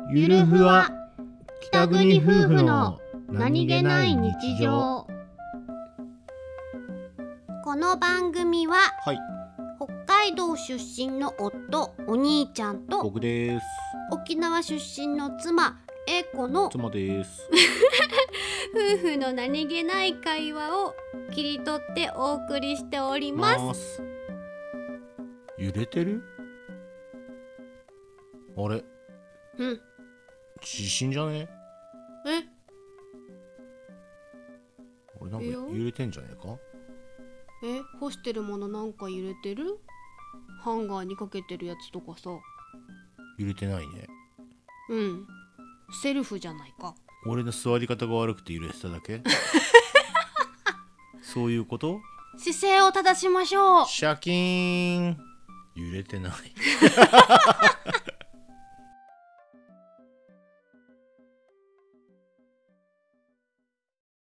ゆるふわ北国夫婦の何気ない日常。 この番組は、 はい、 北海道出身の夫お兄ちゃんと僕です。 沖縄出身の妻英子の妻です。 夫婦の何気ない会話を切り取ってお送りしております。 揺れてる？あれ？地震じゃね？俺なんか揺れてんじゃねえか？ 干してるものなんか揺れてる？ハンガーにかけてるやつとかさ。 揺れてないね。 セルフじゃないか。 俺の座り方が悪くて揺れてただけ？そういうこと？ 姿勢を正しましょう。 シャキーン。揺れてない。